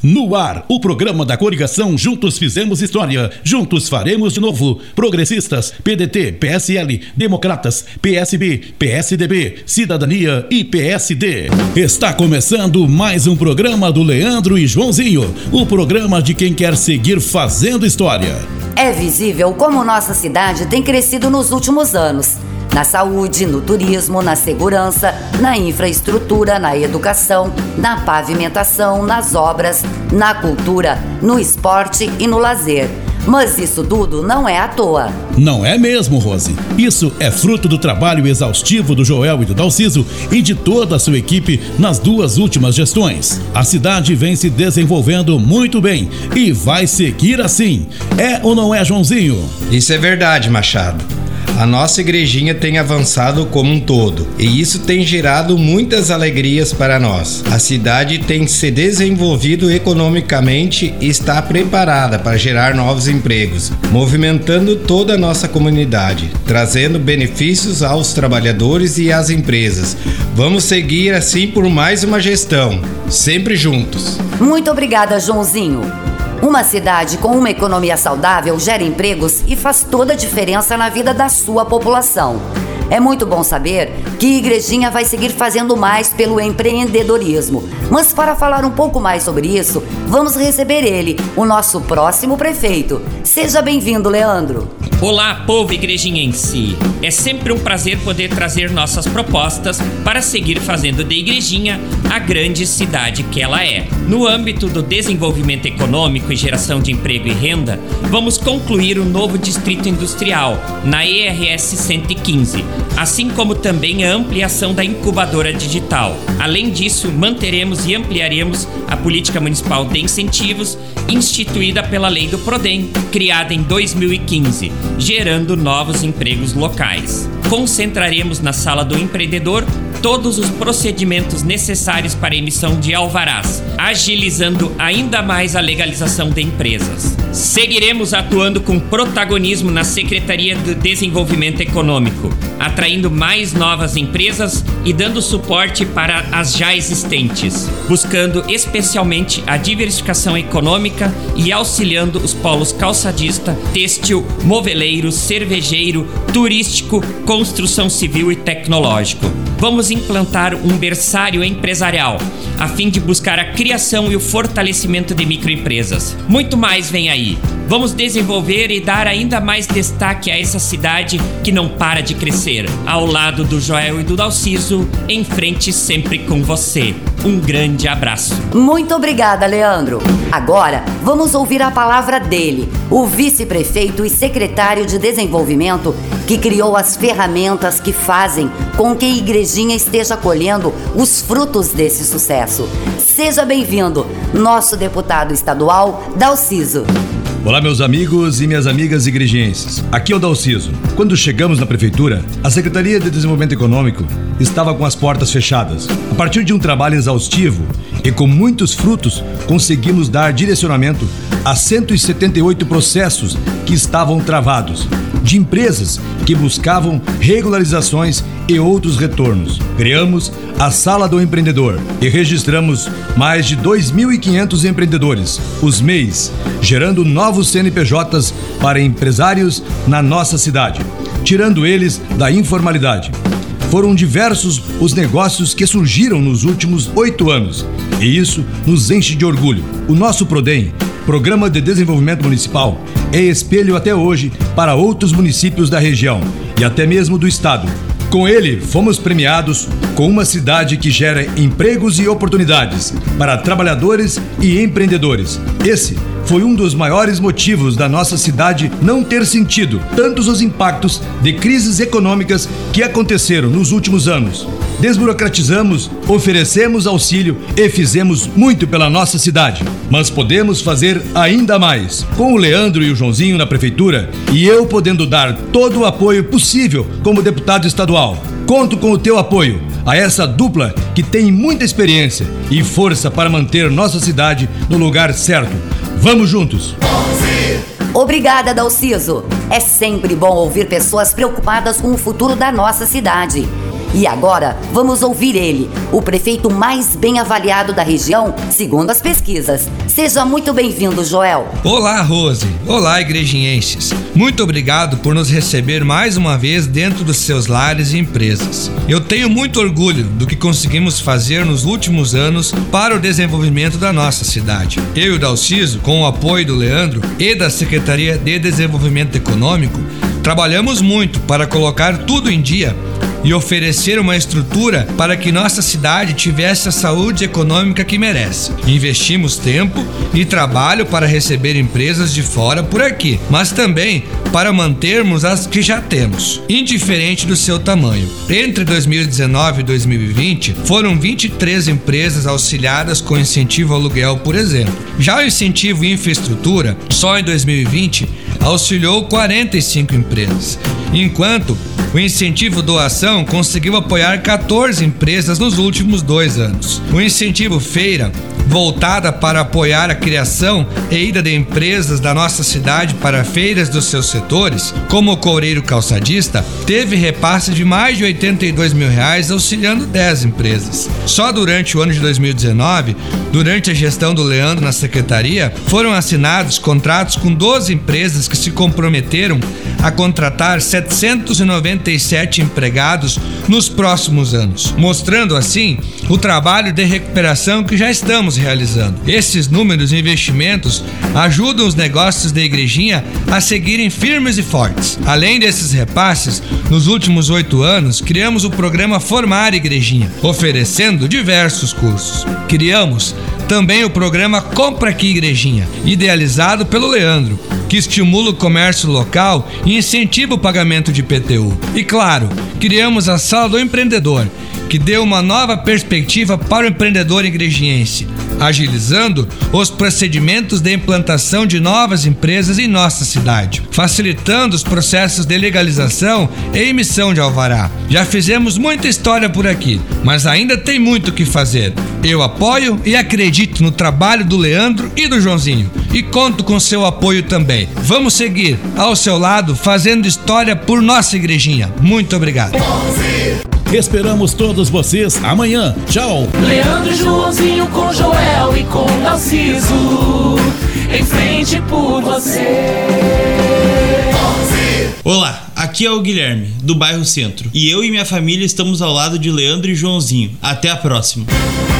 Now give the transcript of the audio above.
No ar, o programa da coligação Juntos Fizemos História, Juntos Faremos de Novo. Progressistas, PDT, PSL, Democratas, PSB, PSDB, Cidadania e PSD. Está começando mais um programa do Leandro e Joãozinho, o programa de quem quer seguir fazendo história. É visível como nossa cidade tem crescido nos últimos anos. Na saúde, no turismo, na segurança, na infraestrutura, na educação, na pavimentação, nas obras, na cultura, no esporte e no lazer. Mas isso tudo não é à toa. Não é mesmo, Rose? Isso é fruto do trabalho exaustivo do Joel e do Dalciso e de toda a sua equipe nas duas últimas gestões. A cidade vem se desenvolvendo muito bem e vai seguir assim. É ou não é, Joãozinho? Isso é verdade, Machado. A nossa igrejinha tem avançado como um todo e isso tem gerado muitas alegrias para nós. A cidade tem se desenvolvido economicamente e está preparada para gerar novos empregos, movimentando toda a nossa comunidade, trazendo benefícios aos trabalhadores e às empresas. Vamos seguir assim por mais uma gestão, sempre juntos. Muito obrigada, Joãozinho. Uma cidade com uma economia saudável gera empregos e faz toda a diferença na vida da sua população. É muito bom saber que Igrejinha vai seguir fazendo mais pelo empreendedorismo. Mas para falar um pouco mais sobre isso, vamos receber ele, o nosso próximo prefeito. Seja bem-vindo, Leandro. Olá, povo igrejinhense! É sempre um prazer poder trazer nossas propostas para seguir fazendo de Igrejinha a grande cidade que ela é. No âmbito do desenvolvimento econômico e geração de emprego e renda, vamos concluir o novo distrito industrial, na ERS 115, assim como também a ampliação da incubadora digital. Além disso, manteremos e ampliaremos a política municipal de incentivos instituída pela Lei do Prodem, criada em 2015, gerando novos empregos locais. Concentraremos na Sala do Empreendedor todos os procedimentos necessários para a emissão de alvarás, agilizando ainda mais a legalização de empresas. Seguiremos atuando com protagonismo na Secretaria de Desenvolvimento Econômico, atraindo mais novas empresas e dando suporte para as já existentes, buscando especialmente a diversificação econômica e auxiliando os polos calçadista, têxtil, moveleiro, cervejeiro, turístico, construção civil e tecnológico. Vamos implantar um berçário empresarial, a fim de buscar a criação e o fortalecimento de microempresas. Muito mais vem aí. Vamos desenvolver e dar ainda mais destaque a essa cidade que não para de crescer. Ao lado do Joel e do Dalciso, em frente sempre com você. Um grande abraço. Muito obrigada, Leandro. Agora, vamos ouvir a palavra dele, o vice-prefeito e secretário de Desenvolvimento, que criou as ferramentas que fazem com que a Igrejinha esteja colhendo os frutos desse sucesso. Seja bem-vindo, nosso deputado estadual, Dalciso. Olá, meus amigos e minhas amigas igrejenses. Aqui é o Dalciso. Quando chegamos na prefeitura, a Secretaria de Desenvolvimento Econômico estava com as portas fechadas. A partir de um trabalho exaustivo e com muitos frutos, conseguimos dar direcionamento a 178 processos que estavam travados, de empresas que buscavam regularizações e outros retornos. Criamos a Sala do Empreendedor e registramos mais de 2.500 empreendedores, os MEIs, gerando novos CNPJs para empresários na nossa cidade, tirando eles da informalidade. Foram diversos os negócios que surgiram nos últimos 8 anos e isso nos enche de orgulho. O nosso Prodem, Programa de Desenvolvimento Municipal, é espelho até hoje para outros municípios da região e até mesmo do estado. Com ele, fomos premiados com uma cidade que gera empregos e oportunidades para trabalhadores e empreendedores. Esse foi um dos maiores motivos da nossa cidade não ter sentido tantos os impactos de crises econômicas que aconteceram nos últimos anos. Desburocratizamos, oferecemos auxílio e fizemos muito pela nossa cidade. Mas podemos fazer ainda mais. Com o Leandro e o Joãozinho na prefeitura e eu podendo dar todo o apoio possível como deputado estadual. Conto com o teu apoio a essa dupla que tem muita experiência e força para manter nossa cidade no lugar certo. Vamos juntos! Obrigada, Dalciso. É sempre bom ouvir pessoas preocupadas com o futuro da nossa cidade. E agora, vamos ouvir ele, o prefeito mais bem avaliado da região, segundo as pesquisas. Seja muito bem-vindo, Joel. Olá, Rose. Olá, igrejinhenses. Muito obrigado por nos receber mais uma vez dentro dos seus lares e empresas. Eu tenho muito orgulho do que conseguimos fazer nos últimos anos para o desenvolvimento da nossa cidade. Eu e o Dalciso, com o apoio do Leandro e da Secretaria de Desenvolvimento Econômico, trabalhamos muito para colocar tudo em dia e oferecer uma estrutura para que nossa cidade tivesse a saúde econômica que merece. Investimos tempo e trabalho para receber empresas de fora por aqui, mas também para mantermos as que já temos, indiferente do seu tamanho. Entre 2019 e 2020, foram 23 empresas auxiliadas com incentivo ao aluguel, por exemplo. Já o incentivo em infraestrutura, só em 2020, auxiliou 45 empresas, enquanto o incentivo doação conseguiu apoiar 14 empresas nos últimos 2 anos. O incentivo feira, voltada para apoiar a criação e ida de empresas da nossa cidade para feiras dos seus setores, como o Coureiro Calçadista, teve repasse de mais de R$82 mil, auxiliando 10 empresas. Só durante o ano de 2019, durante a gestão do Leandro na secretaria, foram assinados contratos com 12 empresas que se comprometeram a contratar 797 empregados nos próximos anos, mostrando assim o trabalho de recuperação que já estamos realizando. Esses números e investimentos ajudam os negócios da igrejinha a seguirem firmes e fortes. Além desses repasses, nos últimos 8 anos, criamos o programa Formar Igrejinha, oferecendo diversos cursos. Criamos também o programa Compra Aqui Igrejinha, idealizado pelo Leandro, que estimula o comércio local e incentiva o pagamento de IPTU. E claro, criamos a Sala do Empreendedor, que deu uma nova perspectiva para o empreendedor igrejiense, agilizando os procedimentos de implantação de novas empresas em nossa cidade, facilitando os processos de legalização e emissão de alvará. Já fizemos muita história por aqui, mas ainda tem muito o que fazer. Eu apoio e acredito no trabalho do Leandro e do Joãozinho, e conto com seu apoio também. Vamos seguir ao seu lado fazendo história por nossa igrejinha. Muito obrigado. Esperamos todos vocês amanhã. Tchau. Leandro e Joãozinho com Joel e com Dalciso, em frente por você. Olá, aqui é o Guilherme, do bairro Centro. E eu e minha família estamos ao lado de Leandro e Joãozinho. Até a próxima.